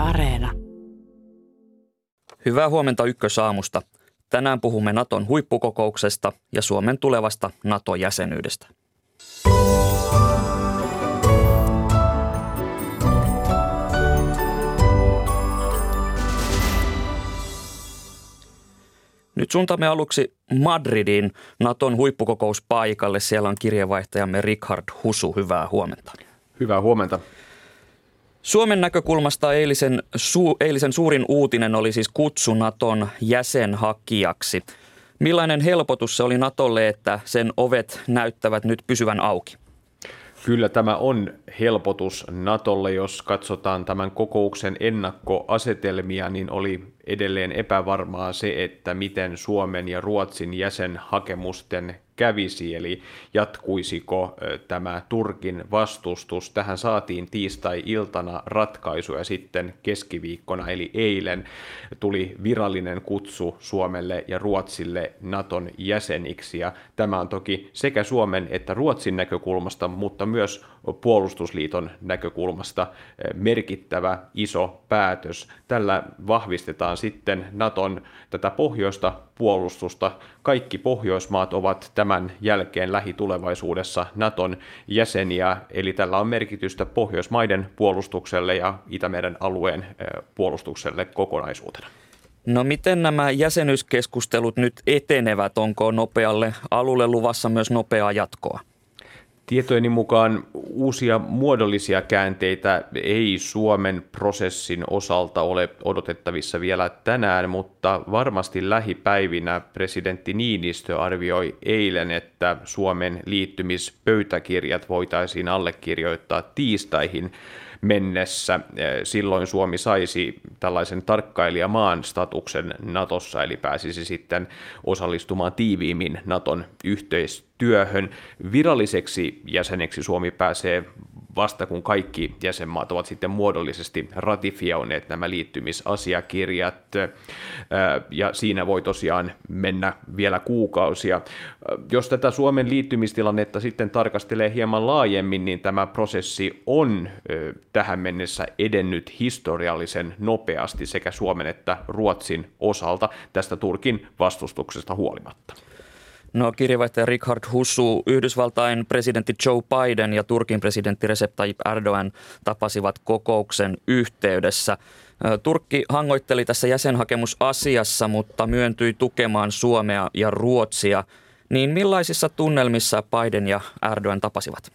Areena. Hyvää huomenta Ykkösaamusta. Tänään puhumme Naton huippukokouksesta ja Suomen tulevasta NATO-jäsenyydestä. Nyt suuntaamme aluksi Madridiin Naton huippukokouspaikalle. Siellä on kirjeenvaihtajamme Richard Husu. Hyvää huomenta. Hyvää huomenta. Suomen näkökulmasta eilisen suurin uutinen oli siis kutsu Naton jäsenhakijaksi. Millainen helpotus se oli Natolle, että sen ovet näyttävät nyt pysyvän auki? Kyllä tämä on helpotus Natolle. Jos katsotaan tämän kokouksen ennakkoasetelmia, niin oli edelleen epävarmaa se, että miten Suomen ja Ruotsin jäsenhakemusten kävisi, eli jatkuisiko tämä Turkin vastustus. Tähän saatiin tiistai-iltana ratkaisu ja sitten keskiviikkona eli eilen tuli virallinen kutsu Suomelle ja Ruotsille Naton jäseniksi. Ja tämä on toki sekä Suomen että Ruotsin näkökulmasta, mutta myös puolustusliiton näkökulmasta merkittävä iso päätös. Tällä vahvistetaan sitten Naton tätä pohjoista puolustusta. Kaikki Pohjoismaat ovat tämän jälkeen lähitulevaisuudessa Naton jäseniä, eli tällä on merkitystä Pohjoismaiden puolustukselle ja Itämeren alueen puolustukselle kokonaisuutena. No miten nämä jäsenyyskeskustelut nyt etenevät? Onko nopealle alulle luvassa myös nopeaa jatkoa? Tietojeni mukaan uusia muodollisia käänteitä ei Suomen prosessin osalta ole odotettavissa vielä tänään, mutta varmasti lähipäivinä presidentti Niinistö arvioi eilen, että Suomen liittymispöytäkirjat voitaisiin allekirjoittaa tiistaihin mennessä. Silloin Suomi saisi tällaisen tarkkailijamaan statuksen Natossa, eli pääsisi sitten osallistumaan tiiviimmin Naton yhteistyöhön. Viralliseksi jäseneksi Suomi pääsee vasta kun kaikki jäsenmaat ovat sitten muodollisesti ratifioineet nämä liittymisasiakirjat, ja siinä voi tosiaan mennä vielä kuukausia. Jos tätä Suomen liittymistilannetta sitten tarkastelee hieman laajemmin, niin tämä prosessi on tähän mennessä edennyt historiallisen nopeasti sekä Suomen että Ruotsin osalta tästä Turkin vastustuksesta huolimatta. No kirjeenvaihtaja Richard Husu, Yhdysvaltain presidentti Joe Biden ja Turkin presidentti Recep Tayyip Erdogan tapasivat kokouksen yhteydessä. Turkki hangoitteli tässä jäsenhakemusasiassa, mutta myöntyi tukemaan Suomea ja Ruotsia. Niin millaisissa tunnelmissa Biden ja Erdogan tapasivat?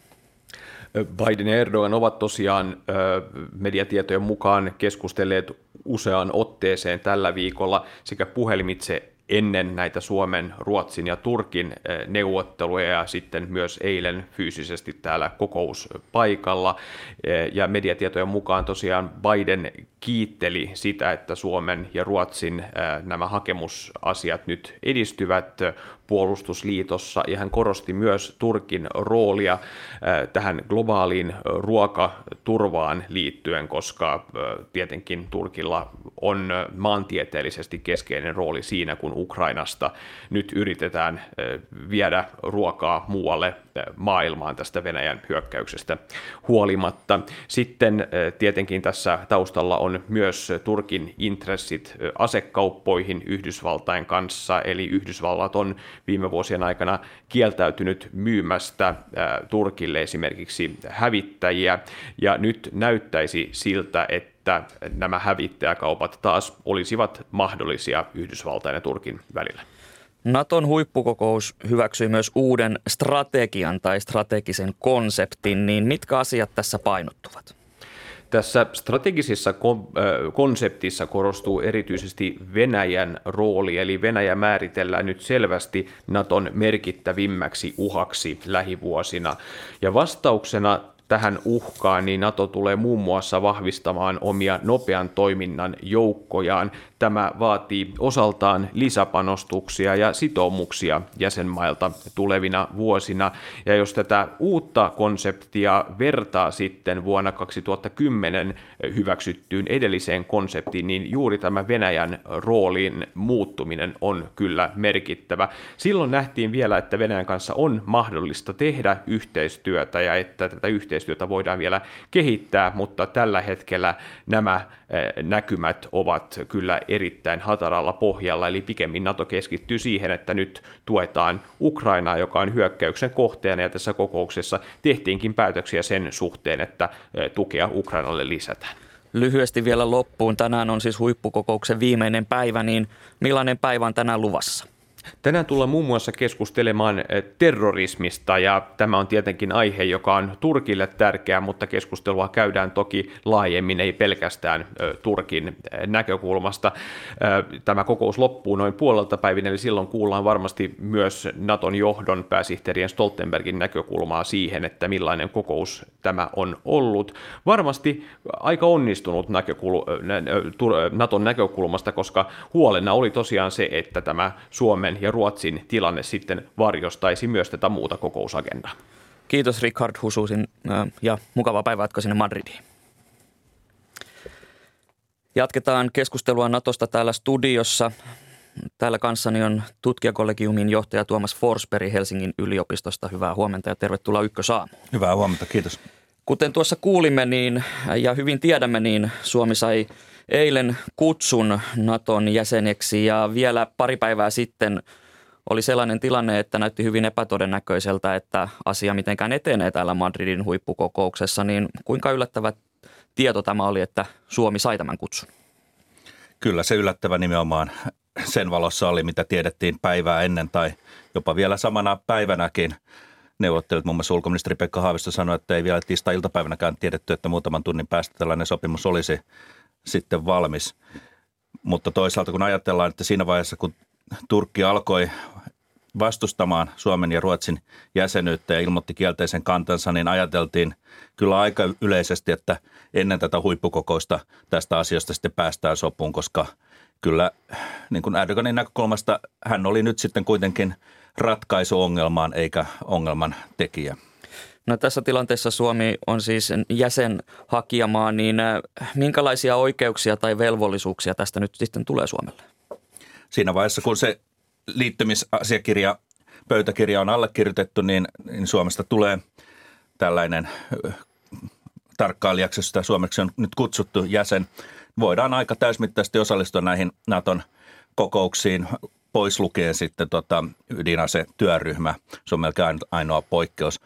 Biden ja Erdogan ovat tosiaan mediatietojen mukaan keskustelleet useaan otteeseen tällä viikolla sekä puhelimitse ennen näitä Suomen, Ruotsin ja Turkin neuvotteluja ja sitten myös eilen fyysisesti täällä kokouspaikalla. Ja mediatietojen mukaan tosiaan Biden kiitteli sitä, että Suomen ja Ruotsin nämä hakemusasiat nyt edistyvät puolustusliitossa, ja hän korosti myös Turkin roolia tähän globaaliin ruokaturvaan liittyen, koska tietenkin Turkilla on maantieteellisesti keskeinen rooli siinä, kun Ukrainasta nyt yritetään viedä ruokaa muualle maailmaan tästä Venäjän hyökkäyksestä huolimatta. Sitten tietenkin tässä taustalla on myös Turkin intressit asekauppoihin Yhdysvaltain kanssa, eli Yhdysvallat on viime vuosien aikana kieltäytynyt myymästä Turkille esimerkiksi hävittäjiä, ja nyt näyttäisi siltä, että nämä hävittäjäkaupat taas olisivat mahdollisia Yhdysvaltain ja Turkin välillä. Naton huippukokous hyväksyi myös uuden strategian tai strategisen konseptin, niin mitkä asiat tässä painottuvat? Tässä strategisessa konseptissa korostuu erityisesti Venäjän rooli, eli Venäjä määritellään nyt selvästi Naton merkittävimmäksi uhaksi lähivuosina. Ja vastauksena tähän uhkaan niin NATO tulee muun muassa vahvistamaan omia nopean toiminnan joukkojaan. tämä vaatii osaltaan lisäpanostuksia ja sitoumuksia jäsenmailta tulevina vuosina. Ja jos tätä uutta konseptia vertaa sitten vuonna 2010 hyväksyttyyn edelliseen konseptiin, niin juuri tämä Venäjän roolin muuttuminen on kyllä merkittävä. Silloin nähtiin vielä, että Venäjän kanssa on mahdollista tehdä yhteistyötä ja että tätä yhteistyötä voidaan vielä kehittää, mutta tällä hetkellä nämä näkymät ovat kyllä erittäin hataralla pohjalla, eli pikemmin NATO keskittyy siihen, että nyt tuetaan Ukrainaa, joka on hyökkäyksen kohteena, ja tässä kokouksessa tehtiinkin päätöksiä sen suhteen, että tukea Ukrainalle lisätään. Lyhyesti vielä loppuun. Tänään on siis huippukokouksen viimeinen päivä, niin millainen päivä on tänään luvassa? Tänään tullaan muun muassa keskustelemaan terrorismista, ja tämä on tietenkin aihe, joka on Turkille tärkeä, mutta keskustelua käydään toki laajemmin, ei pelkästään Turkin näkökulmasta. Tämä kokous loppuu noin puolelta päivin, eli silloin kuullaan varmasti myös Naton johdon pääsihteerien Stoltenbergin näkökulmaa siihen, että millainen kokous tämä on ollut. Varmasti aika onnistunut Naton näkökulmasta, koska huolena oli tosiaan se, että tämä Suomen ja Ruotsin tilanne sitten varjostaisi myös tätä muuta kokousagendaa. Kiitos Richard Hususin ja mukavaa päivää jatkoa sinne Madridiin. Jatketaan keskustelua Natosta täällä studiossa. Täällä kanssani on tutkijakollegiumin johtaja Tuomas Forsberg Helsingin yliopistosta. Hyvää huomenta ja tervetuloa Ykkösaamuun. Hyvää huomenta, kiitos. Kuten tuossa kuulimme ja hyvin tiedämme, niin Suomi sai eilen kutsun Naton jäseneksi ja vielä pari päivää sitten oli sellainen tilanne, että näytti hyvin epätodennäköiseltä, että asia mitenkään etenee täällä Madridin huippukokouksessa. Niin kuinka yllättävä tieto tämä oli, että Suomi sai tämän kutsun? Kyllä se yllättävä nimenomaan sen valossa oli, mitä tiedettiin päivää ennen tai jopa vielä samana päivänäkin. Neuvottelut muun muassa ulkoministeri Pekka Haavisto sanoi, että ei vielä tiistai-iltapäivänäkään tiedetty, että muutaman tunnin päästä tällainen sopimus olisi sitten valmis. Mutta toisaalta kun ajatellaan, että siinä vaiheessa kun Turkki alkoi vastustamaan Suomen ja Ruotsin jäsenyyttä ja ilmoitti kielteisen kantansa, niin ajateltiin kyllä aika yleisesti, että ennen tätä huippukokousta tästä asiasta sitten päästään sopuun, koska kyllä niin kuin Erdoganin näkökulmasta hän oli nyt sitten kuitenkin ratkaisu ongelmaan eikä ongelman tekijä. No tässä tilanteessa Suomi on siis jäsenhakijamaa, niin minkälaisia oikeuksia tai velvollisuuksia tästä nyt sitten tulee Suomelle? Siinä vaiheessa, kun se liittymisasiakirja, pöytäkirja on allekirjoitettu, niin Suomesta tulee tällainen tarkkailijaksi, sitä suomeksi on nyt kutsuttu jäsen. Voidaan aika täysmittaisesti osallistua näihin Naton kokouksiin, pois lukien sitten ydinasetyöryhmä. Se on melkein ainoa poikkeus.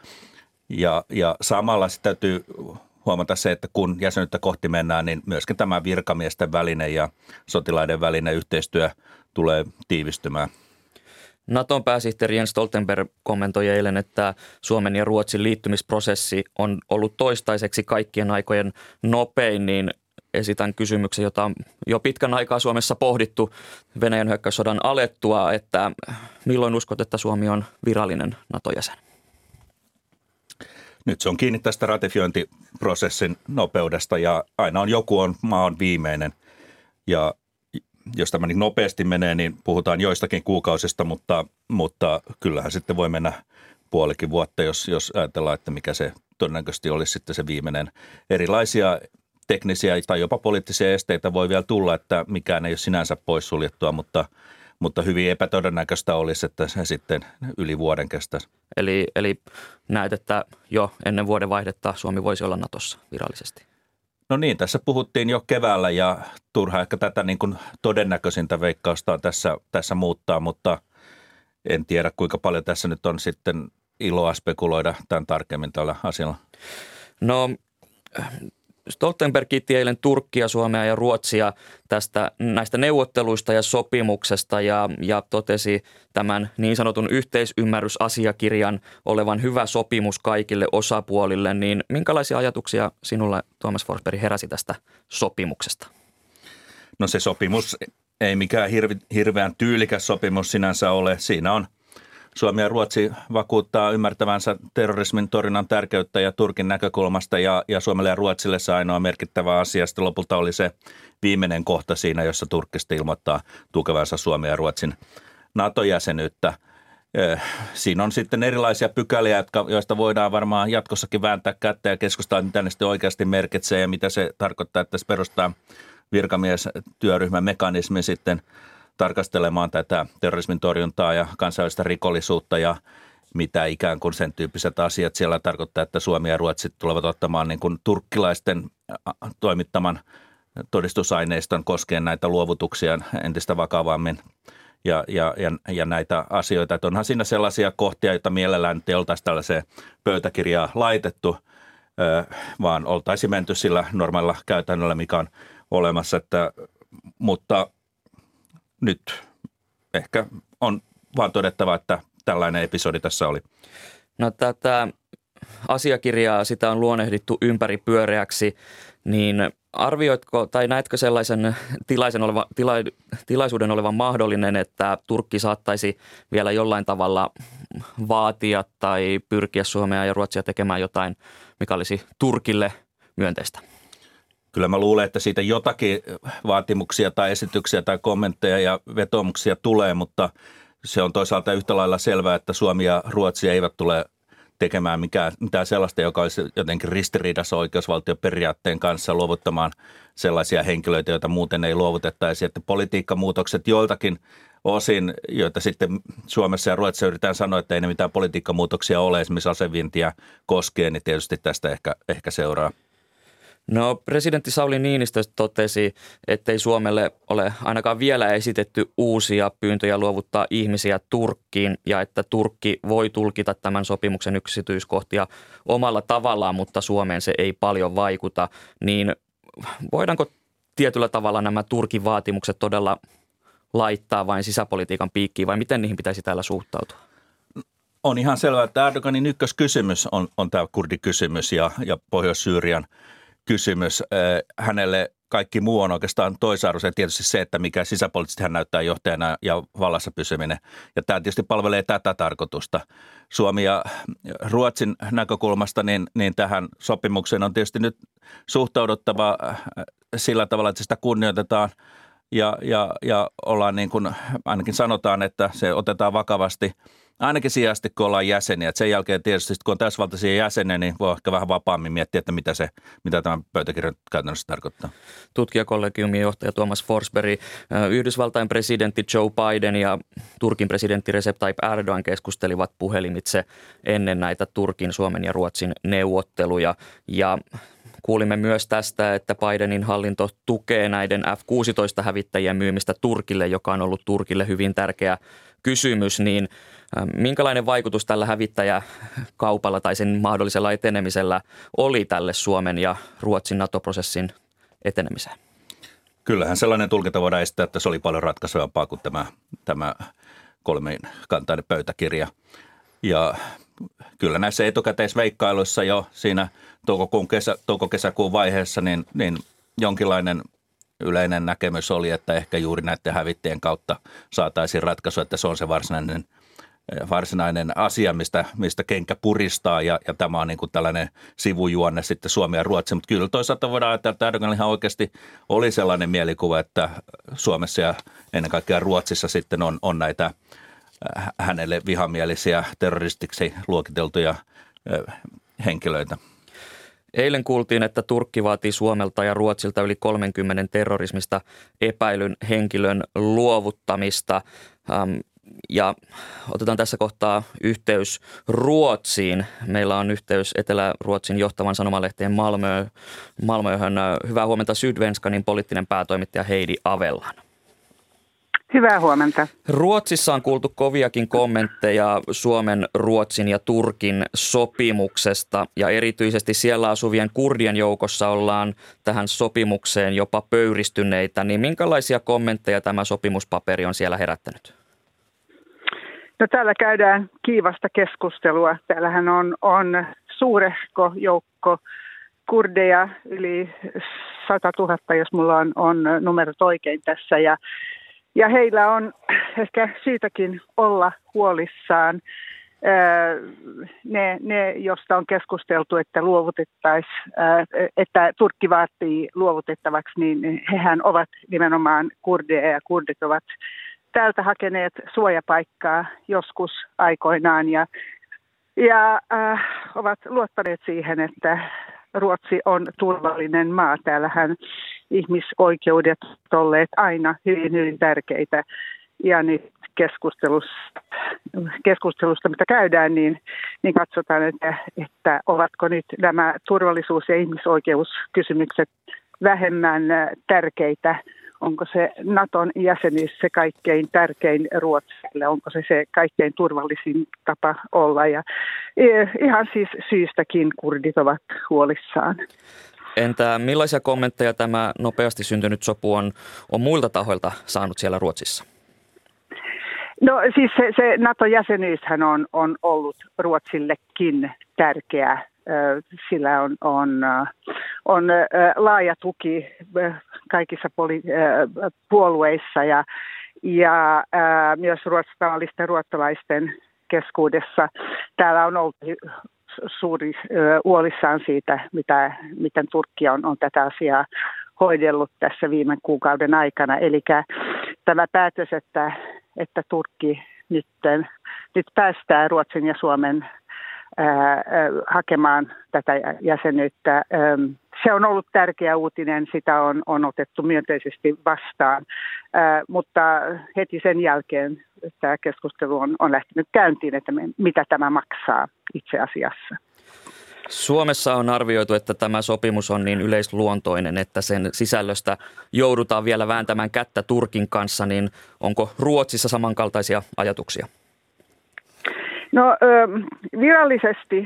Ja samalla täytyy huomata se, että kun jäsenyyttä kohti mennään, niin myöskin tämä virkamiesten välinen ja sotilaiden välinen yhteistyö tulee tiivistymään. Naton pääsihteeri Jens Stoltenberg kommentoi eilen, että Suomen ja Ruotsin liittymisprosessi on ollut toistaiseksi kaikkien aikojen nopein, niin esitän kysymyksen, jota on jo pitkän aikaa Suomessa pohdittu Venäjän hyökkäyssodan alettua, että milloin uskot, että Suomi on virallinen NATO-jäsen? Nyt se on kiinni tästä ratifiointiprosessin nopeudesta ja aina maa on viimeinen. Ja jos tämä niin nopeasti menee, niin puhutaan joistakin kuukausista, mutta kyllähän sitten voi mennä puolikin vuotta, jos ajatellaan, että mikä se todennäköisesti olisi sitten se viimeinen. Erilaisia teknisiä tai jopa poliittisia esteitä voi vielä tulla, että mikään ei ole sinänsä poissuljettua, mutta hyvin epätodennäköistä olisi, että se sitten yli vuoden kestäisi. Eli näet, että jo ennen vuodenvaihdetta Suomi voisi olla Natossa virallisesti? No niin, tässä puhuttiin jo keväällä ja turha ehkä tätä niin kuin todennäköisintä veikkausta on tässä muuttaa, mutta en tiedä kuinka paljon tässä nyt on sitten iloa spekuloida tämän tarkemmin tällä asialla. No Stoltenberg kiitti eilen Turkkia, Suomea ja Ruotsia näistä neuvotteluista ja sopimuksesta ja totesi tämän niin sanotun yhteisymmärrysasiakirjan olevan hyvä sopimus kaikille osapuolille. Niin minkälaisia ajatuksia sinulla, Tuomas Forsberg, heräsi tästä sopimuksesta? No se sopimus ei mikään hirveän tyylikäs sopimus sinänsä ole. Siinä on Suomi ja Ruotsi vakuuttaa ymmärtävänsä terrorismin torjunnan tärkeyttä ja Turkin näkökulmasta ja Suomelle ja Ruotsille se ainoa merkittävä asia sitten lopulta oli se viimeinen kohta siinä, jossa Turkki ilmoittaa tukevansa Suomen ja Ruotsin NATO-jäsenyyttä. Siinä on sitten erilaisia pykäliä, joista voidaan varmaan jatkossakin vääntää kättä ja keskustella, mitä ne sitten oikeasti merkitsee ja mitä se tarkoittaa, että se perustaa virkamiestyöryhmän mekanismi sitten tarkastelemaan tätä terrorismin torjuntaa ja kansainvälistä rikollisuutta ja mitä ikään kuin sen tyyppiset asiat siellä tarkoittaa, että Suomi ja Ruotsi tulevat ottamaan niin kuin turkkilaisten toimittaman todistusaineiston koskien näitä luovutuksia entistä vakavammin ja näitä asioita. Että onhan siinä sellaisia kohtia, joita mielellään ei oltaisi tällaiseen pöytäkirjaan laitettu, vaan oltaisiin menty sillä normaalilla käytännöllä, mikä on olemassa. Mutta nyt ehkä on vaan todettava, että tällainen episodi tässä oli. No tätä asiakirjaa, sitä on luonnehdittu ympäripyöreäksi, niin arvioitko tai näetkö sellaisen tilaisuuden olevan mahdollinen, että Turkki saattaisi vielä jollain tavalla vaatia tai pyrkiä Suomea ja Ruotsia tekemään jotain, mikä olisi Turkille myönteistä? Kyllä mä luulen, että siitä jotakin vaatimuksia tai esityksiä tai kommentteja ja vetoomuksia tulee, mutta se on toisaalta yhtä lailla selvää, että Suomi ja Ruotsi eivät tule tekemään mitään sellaista, joka olisi jotenkin ristiriidassa oikeusvaltioperiaatteen kanssa, luovuttamaan sellaisia henkilöitä, joita muuten ei luovutettaisi. Että politiikkamuutokset joiltakin osin, joita sitten Suomessa ja Ruotsissa yritetään sanoa, että ei ne mitään politiikkamuutoksia ole, esimerkiksi asevientiä koskien, niin tietysti tästä ehkä seuraa. No presidentti Sauli Niinistö totesi, ettei Suomelle ole ainakaan vielä esitetty uusia pyyntöjä luovuttaa ihmisiä Turkkiin ja että Turkki voi tulkita tämän sopimuksen yksityiskohtia omalla tavallaan, mutta Suomeen se ei paljon vaikuta. Niin voidaanko tietyllä tavalla nämä Turkin vaatimukset todella laittaa vain sisäpolitiikan piikkiin vai miten niihin pitäisi täällä suhtautua? On ihan selvää, että Erdoganin ykköskysymys on tämä kurdikysymys ja Pohjois-Syyrian kysymys. Hänelle kaikki muu on oikeastaan toisarvoisen tietysti se, että mikä sisäpoliittisesti hän näyttää johtajana ja vallassa pysyminen. Ja tämä tietysti palvelee tätä tarkoitusta. Suomi ja Ruotsin näkökulmasta niin tähän sopimukseen on tietysti nyt suhtauduttava sillä tavalla, että sitä kunnioitetaan ja ollaan niin kuin ainakin sanotaan, että se otetaan vakavasti. Ainakin sijasti, kun ollaan jäseniä. Et sen jälkeen tietysti, kun on täysvaltaisia jäseniä, niin voi ehkä vähän vapaammin miettiä, että mitä tämä pöytäkirja käytännössä tarkoittaa. Tutkijakollegiumin johtaja Thomas Forsberg, Yhdysvaltain presidentti Joe Biden ja Turkin presidentti Recep Tayyip Erdogan keskustelivat puhelimitse ennen näitä Turkin, Suomen ja Ruotsin neuvotteluja. Ja kuulimme myös tästä, että Bidenin hallinto tukee näiden F-16-hävittäjien myymistä Turkille, joka on ollut Turkille hyvin tärkeä kysymys, niin minkälainen vaikutus tällä hävittäjäkaupalla tai sen mahdollisella etenemisellä oli tälle Suomen ja Ruotsin NATO-prosessin etenemiseen? Kyllähän sellainen tulkinta voidaan estää, että se oli paljon ratkaisevampaa kuin tämä kolmikantainen pöytäkirja. Ja kyllä näissä etukäteisveikkailuissa jo siinä touko-kesäkuun vaiheessa niin jonkinlainen yleinen näkemys oli, että ehkä juuri näiden hävittäjien kautta saataisiin ratkaisu, että se on se varsinainen asia, mistä kenkä puristaa ja tämä on niin kuin tällainen sivujuonne sitten Suomi ja Ruotsi. Mutta kyllä toisaalta voidaan ajatella, että Erdogan ihan oikeasti oli sellainen mielikuva, että Suomessa ja ennen kaikkea Ruotsissa sitten on näitä hänelle vihamielisiä terroristiksi luokiteltuja henkilöitä. Eilen kuultiin, että Turkki vaatii Suomelta ja Ruotsilta yli 30 terrorismista epäilyn henkilön luovuttamista. Ja otetaan tässä kohtaa yhteys Ruotsiin. Meillä on yhteys Etelä-Ruotsin johtavan sanomalehteen Malmöhön. Hyvää huomenta Sydvenskanin poliittinen päätoimittaja Heidi Avellan. Hyvää huomenta. Ruotsissa on kuultu koviakin kommentteja Suomen, Ruotsin ja Turkin sopimuksesta ja erityisesti siellä asuvien kurdien joukossa ollaan tähän sopimukseen jopa pöyristyneitä. Niin minkälaisia kommentteja tämä sopimuspaperi on siellä herättänyt? No täällä käydään kiivasta keskustelua. Täällähän on suurehko joukko kurdeja, yli 100 000, jos mulla on numerot oikein tässä ja Ja heillä on ehkä syytäkin olla huolissaan. Ne, josta on keskusteltu, että että Turkki vaatii luovutettavaksi, niin hehän ovat nimenomaan kurdeja ja kurdit ovat täältä hakeneet suojapaikkaa joskus aikoinaan ja ovat luottaneet siihen, että Ruotsi on turvallinen maa. Täällähän ihmisoikeudet ovat olleet aina hyvin, hyvin tärkeitä ja nyt keskustelusta, mitä käydään, niin katsotaan, että ovatko nyt nämä turvallisuus- ja ihmisoikeuskysymykset vähemmän tärkeitä. Onko se Naton jäsenyys se kaikkein tärkein Ruotsille? Onko se kaikkein turvallisin tapa olla? Ja ihan siis syystäkin kurdit ovat huolissaan. Entä millaisia kommentteja tämä nopeasti syntynyt sopu on muilta tahoilta saanut siellä Ruotsissa? No siis se NATO-jäsenyyshän on ollut Ruotsillekin tärkeä. Sillä on laaja tuki kaikissa puolueissa ja myös tavallisten ruotsalaisten keskuudessa. Täällä on ollut suuri huolissaan siitä, miten Turkki on tätä asiaa hoidellut tässä viime kuukauden aikana. Eli tämä päätös, että Turkki nyt päästää Ruotsin ja Suomen hakemaan tätä jäsenyyttä. Se on ollut tärkeä uutinen, sitä on otettu myönteisesti vastaan, mutta heti sen jälkeen tämä keskustelu on lähtenyt käyntiin, että mitä tämä maksaa itse asiassa. Suomessa on arvioitu, että tämä sopimus on niin yleisluontoinen, että sen sisällöstä joudutaan vielä vääntämään kättä Turkin kanssa, niin onko Ruotsissa samankaltaisia ajatuksia? No virallisesti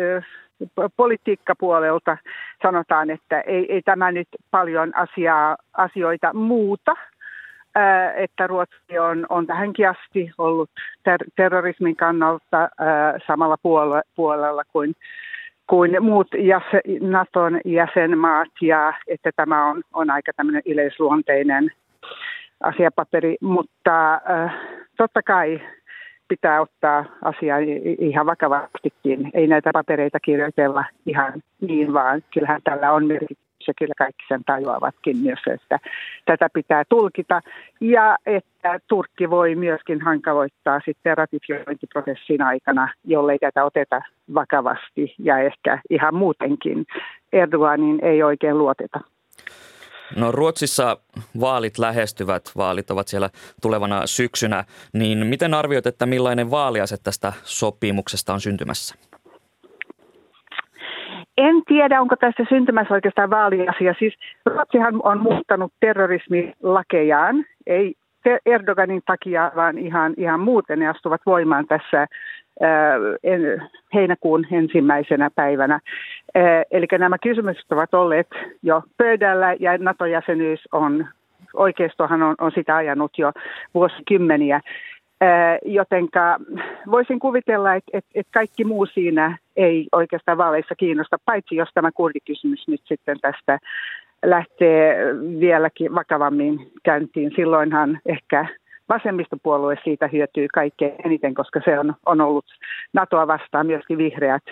politiikkapuolelta sanotaan, että ei tämä nyt paljon asioita muuta, että Ruotsi on tähänkin asti ollut terrorismin kannalta samalla puolella kuin muut Naton jäsenmaat ja että tämä on aika tämmöinen yleisluonteinen asiapaperi, mutta totta kai pitää ottaa asiaa ihan vakavastikin. Ei näitä papereita kirjoitella ihan niin, vaan kyllähän tällä on merkitys ja kyllä kaikki sen tajuavatkin myös, että tätä pitää tulkita ja että Turkki voi myöskin hankaloittaa sitten ratifiointiprosessin aikana, jollei tätä oteta vakavasti ja ehkä ihan muutenkin Erdoganin ei oikein luoteta. No Ruotsissa vaalit lähestyvät, vaalit ovat siellä tulevana syksynä, niin miten arvioit, että millainen vaaliase tästä sopimuksesta on syntymässä? En tiedä, onko tästä syntymässä oikeastaan vaaliasia. Siis Ruotsihan on muuttanut terrorismilakejaan, ei Erdoganin takia, vaan ihan muuten ne astuvat voimaan tässä heinäkuun 1. päivänä. Eli nämä kysymykset ovat olleet jo pöydällä ja NATO-jäsenyys oikeistohan on sitä ajanut jo vuosikymmeniä. Jotenka voisin kuvitella, että kaikki muu siinä ei oikeastaan vaaleissa kiinnosta, paitsi jos tämä kurdikysymys nyt sitten tästä lähtee vieläkin vakavammin käyntiin. Silloinhan ehkä vasemmistopuolue siitä hyötyy kaikkein eniten, koska se on ollut NATOa vastaan myöskin vihreät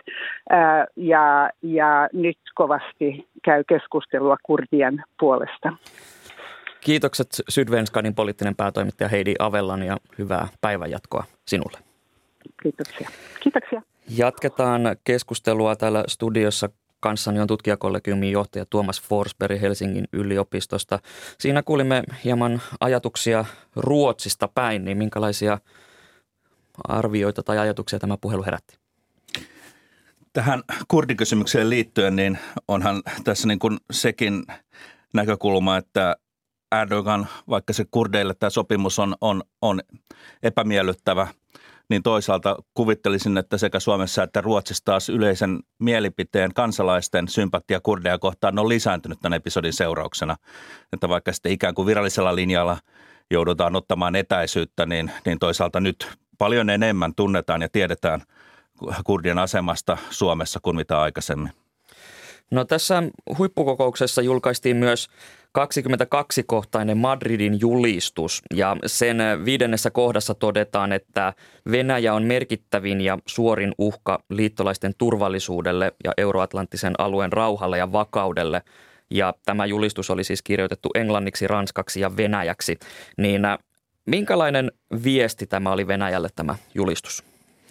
ja nyt kovasti käy keskustelua kurdien puolesta. Kiitokset Sydvenskanin poliittinen päätoimittaja Heidi Avellan ja hyvää päivänjatkoa sinulle. Kiitoksia. Jatketaan keskustelua täällä studiossa. Kanssani on tutkijakollegiumin johtaja Tuomas Forsberg Helsingin yliopistosta. Siinä kuulimme hieman ajatuksia Ruotsista päin, niin minkälaisia arvioita tai ajatuksia tämä puhelu herätti? Tähän kurdikysymykseen liittyen, niin onhan tässä niin kuin sekin näkökulma, että Erdogan, vaikka se kurdeille tämä sopimus on epämiellyttävä, niin toisaalta kuvittelisin, että sekä Suomessa että Ruotsissa taas yleisen mielipiteen kansalaisten sympatia kurdeja kohtaan on lisääntynyt tämän episodin seurauksena. Että vaikka sitten ikään kuin virallisella linjalla joudutaan ottamaan etäisyyttä, niin toisaalta nyt paljon enemmän tunnetaan ja tiedetään kurdien asemasta Suomessa kuin mitä aikaisemmin. No tässä huippukokouksessa julkaistiin myös 22-kohtainen Madridin julistus ja sen 5. kohdassa todetaan, että Venäjä on merkittävin ja suorin uhka liittolaisten turvallisuudelle ja euroatlanttisen alueen rauhalle ja vakaudelle. Ja tämä julistus oli siis kirjoitettu englanniksi, ranskaksi ja venäjäksi. Niin minkälainen viesti tämä oli Venäjälle tämä julistus?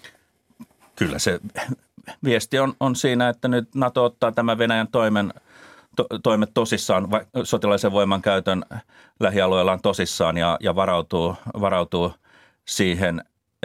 Kyllä se viesti on siinä, että nyt NATO ottaa tämän Venäjän toimet tosissaan, sotilaisen voiman käytön lähialueellaan tosissaan ja varautuu siihen.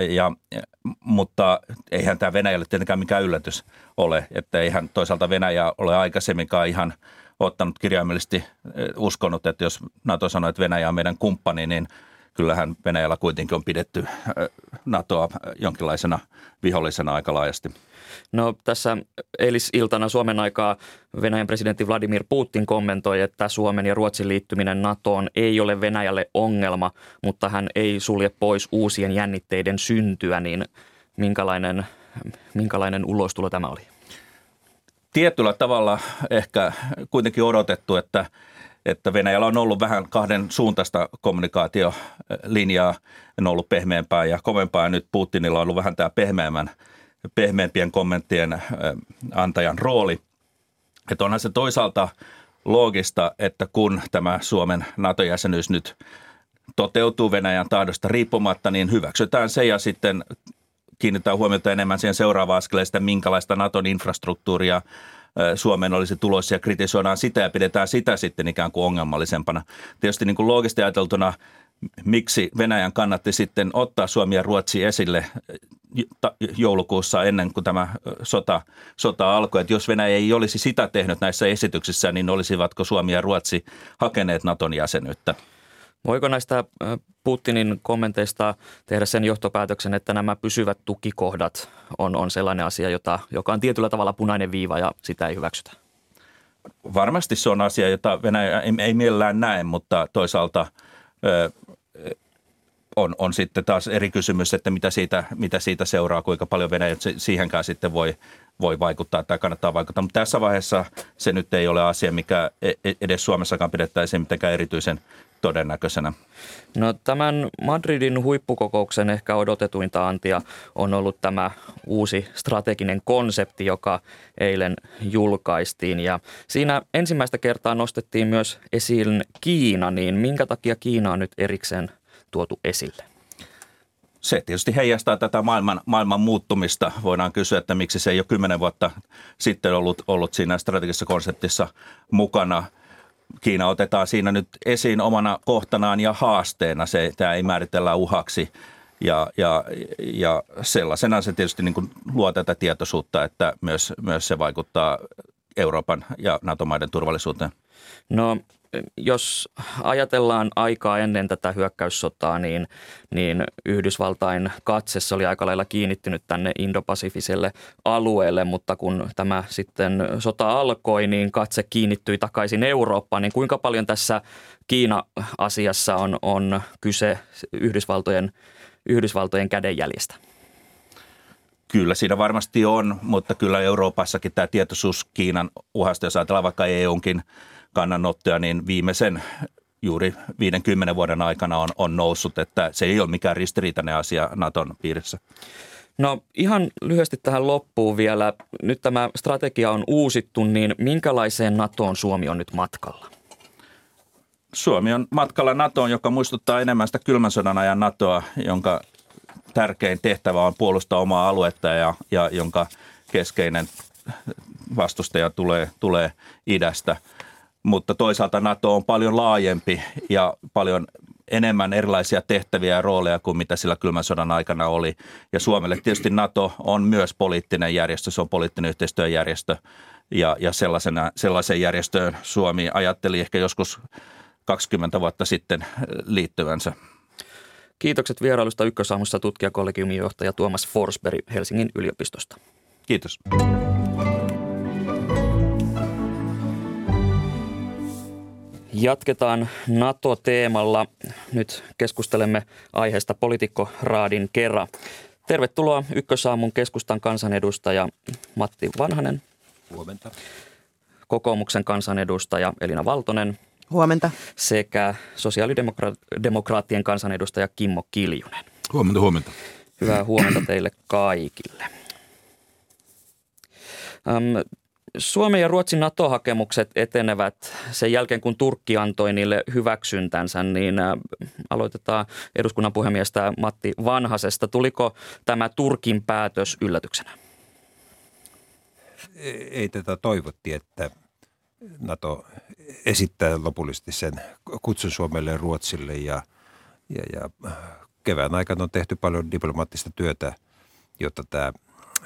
Mutta eihän tämä Venäjälle tietenkään mikään yllätys ole, että eihän toisaalta Venäjä ole aikaisemminkaan ihan ottanut kirjaimellisesti uskonut, että jos NATO sanoo, että Venäjä on meidän kumppani, niin kyllähän Venäjällä kuitenkin on pidetty NATOa jonkinlaisena vihollisena aika laajasti. No tässä eilisiltana Suomen aikaa Venäjän presidentti Vladimir Putin kommentoi, että Suomen ja Ruotsin liittyminen NATOon ei ole Venäjälle ongelma, mutta hän ei sulje pois uusien jännitteiden syntyä, niin minkälainen ulostulo tämä oli? Tietyllä tavalla ehkä kuitenkin odotettu, että Venäjällä on ollut vähän kahden suuntaista kommunikaatiolinjaa, on ollut pehmeämpää ja kovempaa, ja nyt Putinilla on ollut vähän tämä pehmeämpien kommenttien antajan rooli. Että onhan se toisaalta loogista, että kun tämä Suomen NATO-jäsenyys nyt toteutuu Venäjän tahdosta riippumatta, niin hyväksytään se ja sitten kiinnitetään huomiota enemmän siihen seuraavaan askeleen, sitä minkälaista NATOn infrastruktuuria Suomeen olisi tulossa ja kritisoidaan sitä ja pidetään sitä sitten ikään kuin ongelmallisempana. Tietysti niin kuin loogisesti ajateltuna, miksi Venäjän kannatti sitten ottaa Suomi ja Ruotsi esille joulukuussa ennen kuin tämä sota alkoi. Että jos Venäjä ei olisi sitä tehnyt näissä esityksissä, niin olisivatko Suomi ja Ruotsi hakeneet NATOn jäsenyyttä? Voiko näistä Putinin kommenteista tehdä sen johtopäätöksen, että nämä pysyvät tukikohdat on sellainen asia, joka on tietyllä tavalla punainen viiva ja sitä ei hyväksytä? Varmasti se on asia, jota Venäjä ei mielellään näe, mutta toisaalta on sitten taas eri kysymys, että mitä siitä seuraa, kuinka paljon Venäjä siihenkään sitten voi vaikuttaa tai kannattaa vaikuttaa. Mutta tässä vaiheessa se nyt ei ole asia, mikä edes Suomessakaan pidettäisiin mitenkään erityisen todennäköisenä. No tämän Madridin huippukokouksen ehkä odotetuinta antia on ollut tämä uusi strateginen konsepti, joka eilen julkaistiin. Ja siinä ensimmäistä kertaa nostettiin myös esiin Kiina, niin minkä takia Kiina on nyt erikseen tuotu esille? Se tietysti heijastaa tätä maailman muuttumista. Voidaan kysyä, että miksi se ei ole 10 vuotta sitten ollut siinä strategisessa konseptissa mukana. Kiina otetaan siinä nyt esiin omana kohtanaan ja haasteena. Tämä ei määritellä uhaksi ja sellaisena se tietysti niin kuin luo tätä tietoisuutta, että myös se vaikuttaa Euroopan ja NATO-maiden turvallisuuteen. No jos ajatellaan aikaa ennen tätä hyökkäyssotaa, niin Yhdysvaltain katse oli aika lailla kiinnittynyt tänne Indo-Pasifiselle alueelle, mutta kun tämä sitten sota alkoi, niin katse kiinnittyi takaisin Eurooppaan. Niin kuinka paljon tässä Kiina-asiassa on kyse Yhdysvaltojen kädenjäljestä? Kyllä siinä varmasti on, mutta kyllä Euroopassakin tämä tietoisuus Kiinan uhasta, jos ajatellaan vaikka EU:nkin kannanottoja, niin viimeisen juuri 50 vuoden aikana on noussut, että se ei ole mikään ristiriitainen asia NATOn piirissä. No ihan lyhyesti tähän loppuun vielä. Nyt tämä strategia on uusittu, niin minkälaiseen NATOon Suomi on nyt matkalla? Suomi on matkalla NATOon, joka muistuttaa enemmän sitä kylmän sodan ajan NATOa, jonka tärkein tehtävä on puolustaa omaa aluetta ja jonka keskeinen vastustaja tulee idästä. Mutta toisaalta NATO on paljon laajempi ja paljon enemmän erilaisia tehtäviä ja rooleja kuin mitä sillä kylmän sodan aikana oli. Ja Suomelle tietysti NATO on myös poliittinen järjestö, se on poliittinen yhteistyöjärjestö ja sellaiseen järjestöön Suomi ajatteli ehkä joskus 20 vuotta sitten liittyvänsä. Kiitokset vierailusta Ykkösaamussa tutkijakollegiumin johtaja Tuomas Forsberg Helsingin yliopistosta. Kiitos. Jatketaan NATO-teemalla. Nyt keskustelemme aiheesta poliitikkoraadin kerran. Tervetuloa Ykkösaamun keskustan kansanedustaja Matti Vanhanen. Huomenta. kokoomuksen kansanedustaja Elina Valtonen. Huomenta. Sekä sosiaalidemokraattien kansanedustaja Kimmo Kiljunen. Huomenta, huomenta. Hyvää huomenta teille kaikille. Suomen ja Ruotsin NATO-hakemukset etenevät sen jälkeen, kun Turkki antoi niille hyväksyntänsä, niin aloitetaan eduskunnan puhemiestä Matti Vanhasesta. Tuliko tämä Turkin päätös yllätyksenä? Ei tätä toivottiin, että NATO esittää lopullisesti sen kutsun Suomelle ja Ruotsille ja kevään aikana on tehty paljon diplomaattista työtä, jotta tämä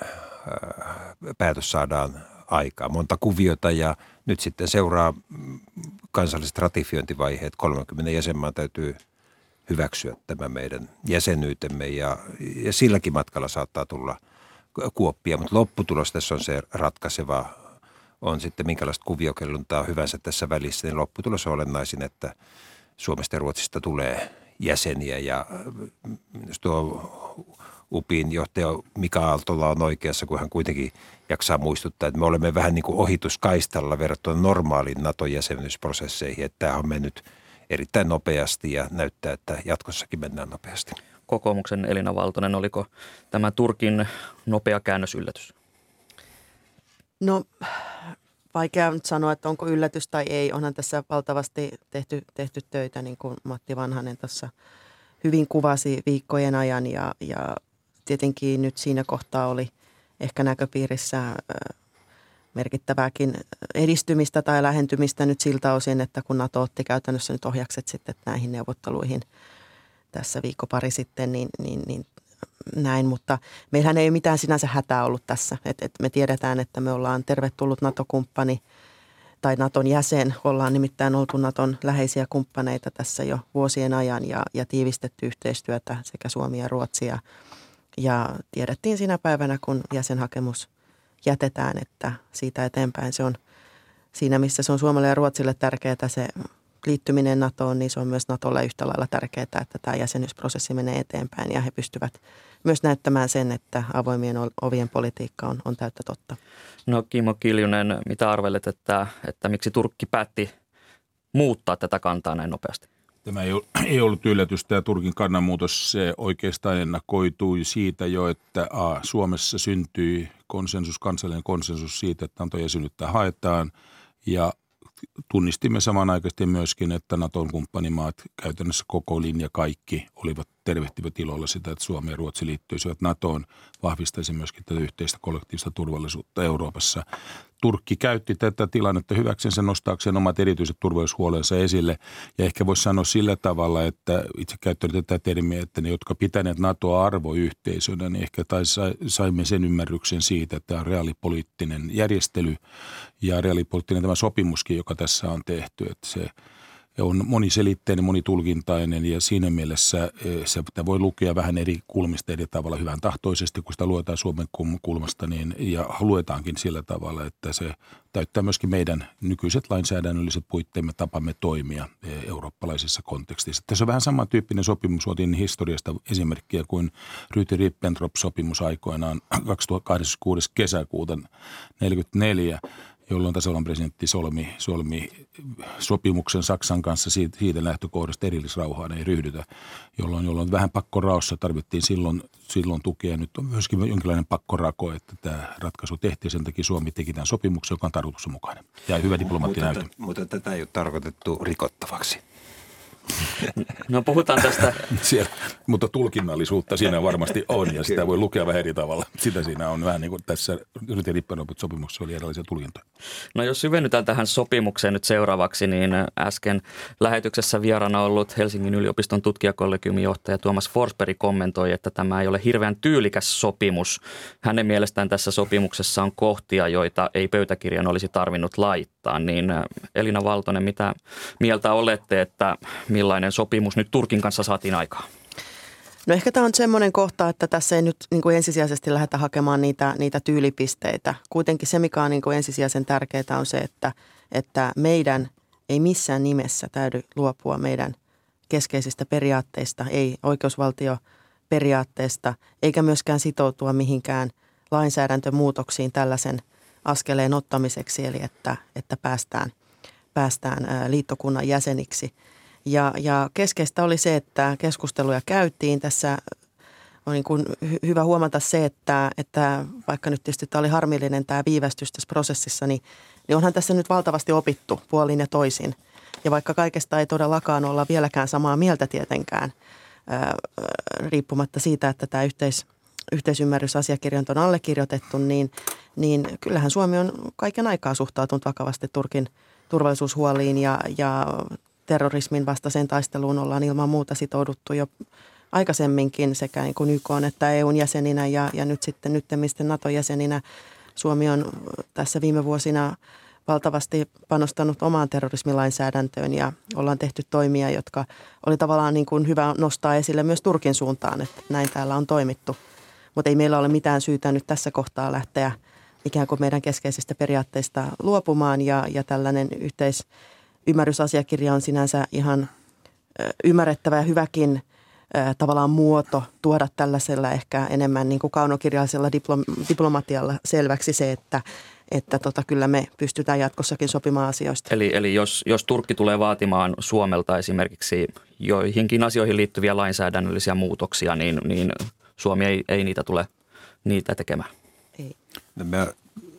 päätös saadaan aikaan. Monta kuviota ja nyt sitten seuraa kansalliset ratifiointivaiheet. 30 jäsenmaan täytyy hyväksyä tämä meidän jäsenyytemme ja silläkin matkalla saattaa tulla kuoppia, mutta lopputulos tässä on se ratkaiseva. On sitten minkälaista kuviokelluntaa hyvänsä tässä välissä, niin lopputulos on olennaisin, että Suomesta ja Ruotsista tulee jäseniä ja tuo UPin johtaja Mika Aaltola on oikeassa, kun hän kuitenkin jaksaa muistuttaa, että me olemme vähän niin kuin ohituskaistalla verrattuna normaaliin NATO-jäsenyysprosesseihin, että tämä on mennyt erittäin nopeasti ja näyttää, että jatkossakin mennään nopeasti. Kokoomuksen Elina Valtonen, oliko tämä Turkin nopea käännös yllätys? No vaikea nyt sanoa, että onko yllätys tai ei. Onhan tässä valtavasti tehty töitä, niin kuin Matti Vanhanen tuossa hyvin kuvasi viikkojen ajan ja tietenkin nyt siinä kohtaa oli ehkä näköpiirissä merkittävääkin edistymistä tai lähentymistä nyt siltä osin, että kun NATO otti käytännössä nyt ohjakset sitten näihin neuvotteluihin tässä viikko pari sitten, niin näin, mutta meillähän ei mitään sinänsä hätää ollut tässä. Me tiedetään, että me ollaan tervetullut NATO-kumppani tai Naton jäsen. Ollaan nimittäin oltu Naton läheisiä kumppaneita tässä jo vuosien ajan ja tiivistetty yhteistyötä sekä Suomi ja Ruotsi. Ja tiedettiin siinä päivänä, kun jäsenhakemus jätetään, että siitä eteenpäin se on siinä, missä se on Suomelle ja Ruotsille tärkeää se liittyminen NATOon, niin se on myös NATOlle yhtä lailla tärkeää, että tämä jäsenyysprosessi menee eteenpäin ja he pystyvät myös näyttämään sen, että avoimien ovien politiikka on täyttä totta. No Kimmo Kiljunen, mitä arvelet, että miksi Turkki päätti muuttaa tätä kantaa näin nopeasti? Tämä ei ollut yllätys. Tämä Turkin kannanmuutos se oikeastaan ennakoitui siitä jo, että Suomessa syntyi kansallinen konsensus siitä, että NATO-jäsenyyttä haetaan ja tunnistimme samanaikaisesti myöskin, että Naton kumppanimaat käytännössä koko linja kaikki tervehtivät ilolla sitä, että Suomi ja Ruotsi liittyisivät NATOon, vahvistaisi myöskin tätä yhteistä kollektiivista turvallisuutta Euroopassa. Turkki käytti tätä tilannetta hyväksensä nostaakseen omat erityiset turvallisuushuolensa esille ja ehkä voisi sanoa sillä tavalla, että itse käyttänyt tätä termiä, että ne, jotka pitäneet NATOa arvoyhteisönä, niin ehkä saimme sen ymmärryksen siitä, että tämä on reaalipoliittinen järjestely ja reaalipoliittinen tämä sopimuskin, joka tässä on tehty, että se on moniselitteinen, monitulkintainen ja siinä mielessä se voi lukea vähän eri kulmista eri tavalla hyvän tahtoisesti, kun sitä luetaan Suomen kulmasta niin, ja luetaankin sillä tavalla, että se täyttää myöskin meidän nykyiset lainsäädännölliset puitteemme tapamme toimia eurooppalaisessa kontekstissa. Tässä on vähän samantyyppinen sopimus, otin historiasta esimerkkiä kuin Rüti-Ribbentrop-sopimus aikoinaan 26. kesäkuuta 1944, jolloin tasavallan presidentti solmi sopimuksen Saksan kanssa siitä lähtökohdasta erillisrauhaan ei ryhdytä, jolloin vähän pakkoraossa tarvittiin silloin tukea. Nyt on myöskin jonkinlainen pakkorako, että tämä ratkaisu tehtiin. Sen takia Suomi teki tämän sopimuksen, joka on tarkoituksenmukainen. Ja hyvä diplomaattinen näyttö. Mutta tätä ei ole tarkoitettu rikottavaksi. No puhutaan tästä. Mutta tulkinnallisuutta siinä varmasti on ja sitä voi lukea vähän eri tavalla. Sitä siinä on vähän niin kuin tässä Rüti-Ribbentrop-sopimuksessa oli erilaisia tulkintoja. No jos syvennytään tähän sopimukseen nyt seuraavaksi, niin äsken lähetyksessä vieraana ollut Helsingin yliopiston tutkijakollegiumin johtaja Tuomas Forsberg kommentoi, että tämä ei ole hirveän tyylikäs sopimus. Hänen mielestään tässä sopimuksessa on kohtia, joita ei pöytäkirjan olisi tarvinnut laittaa. Niin Elina Valtonen, mitä mieltä olette, että millainen sopimus nyt Turkin kanssa saatiin aikaan? No ehkä tämä on semmoinen kohta, että tässä ei nyt niin kuin ensisijaisesti lähdetä hakemaan niitä tyylipisteitä. Kuitenkin se, mikä on niin kuin ensisijaisen tärkeää, on se, että meidän ei missään nimessä täydy luopua meidän keskeisistä periaatteista, ei oikeusvaltioperiaatteesta, eikä myöskään sitoutua mihinkään lainsäädäntömuutoksiin tällaisen askeleen ottamiseksi, eli että päästään liittokunnan jäseniksi. Ja keskeistä oli se, että keskusteluja käytiin. Tässä on niin kuin hyvä huomata se, että vaikka nyt tietysti tämä oli harmillinen tämä viivästys tässä prosessissa, niin onhan tässä nyt valtavasti opittu puolin ja toisin. Ja vaikka kaikesta ei todellakaan olla vieläkään samaa mieltä tietenkään, riippumatta siitä, että tämä yhteisymmärrysasiakirjat on allekirjoitettu, niin kyllähän Suomi on kaiken aikaa suhtautunut vakavasti Turkin turvallisuushuoliin ja terrorismin vastaiseen taisteluun ollaan ilman muuta sitouduttu jo aikaisemminkin sekä niin kuin YK:n että EU:n jäseninä ja nyt sitten NATO-jäseninä. Suomi on tässä viime vuosina valtavasti panostanut omaan terrorismilainsäädäntöön ja ollaan tehty toimia, jotka oli tavallaan niin kuin hyvä nostaa esille myös Turkin suuntaan, että näin täällä on toimittu. Mutta ei meillä ole mitään syytä nyt tässä kohtaa lähteä ikään kuin meidän keskeisistä periaatteista luopumaan ja tällainen yhteisymmärrysasiakirja on sinänsä ihan ymmärrettävä ja hyväkin tavallaan muoto tuoda tällaisella ehkä enemmän niin kuin kaunokirjallisella diplomatialla selväksi se, että kyllä me pystytään jatkossakin sopimaan asioista. Eli jos Turkki tulee vaatimaan Suomelta esimerkiksi joihinkin asioihin liittyviä lainsäädännöllisiä muutoksia, niin Suomi ei niitä tule niitä tekemään. Ei. No mä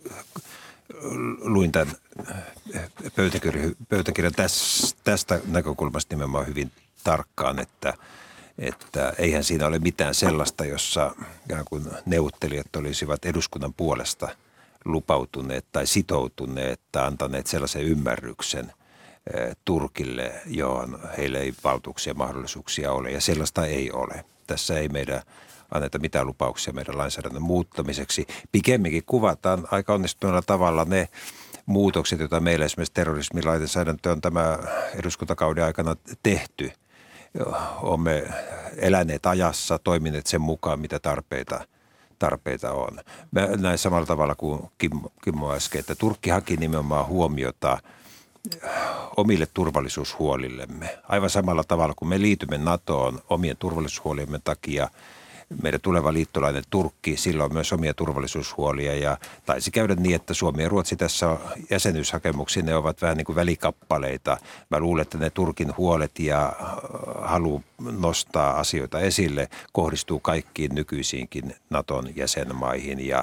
luin tämän pöytäkirjan tästä näkökulmasta nimenomaan hyvin tarkkaan, että eihän siinä ole mitään sellaista, jossa kun neuvottelijat olisivat eduskunnan puolesta lupautuneet tai sitoutuneet tai antaneet sellaisen ymmärryksen Turkille, johon heillä ei valtuuksia ja mahdollisuuksia ole. Ja sellaista ei ole. Tässä ei meidän anneta mitään lupauksia meidän lainsäädännön muuttamiseksi. Pikemminkin kuvataan aika onnistuneella tavalla ne muutokset, joita meillä esimerkiksi terrorismilainsäädäntö on tämä eduskuntakauden aikana tehty. Olemme eläneet ajassa, toimineet sen mukaan, mitä tarpeita on. Mä näin samalla tavalla kuin Kimmo äsken, että Turkki haki nimenomaan huomiota omille turvallisuushuolillemme. Aivan samalla tavalla kuin me liitymme NATOon omien turvallisuushuoliemme takia, meidän tuleva liittolainen Turkki, sillä on myös omia turvallisuushuolia ja taisi käydä niin, että Suomi ja Ruotsi tässä jäsenyyshakemuksia, ne ovat vähän niin kuin välikappaleita. Mä luulen, että ne Turkin huolet ja halu nostaa asioita esille kohdistuu kaikkiin nykyisiinkin NATOn jäsenmaihin ja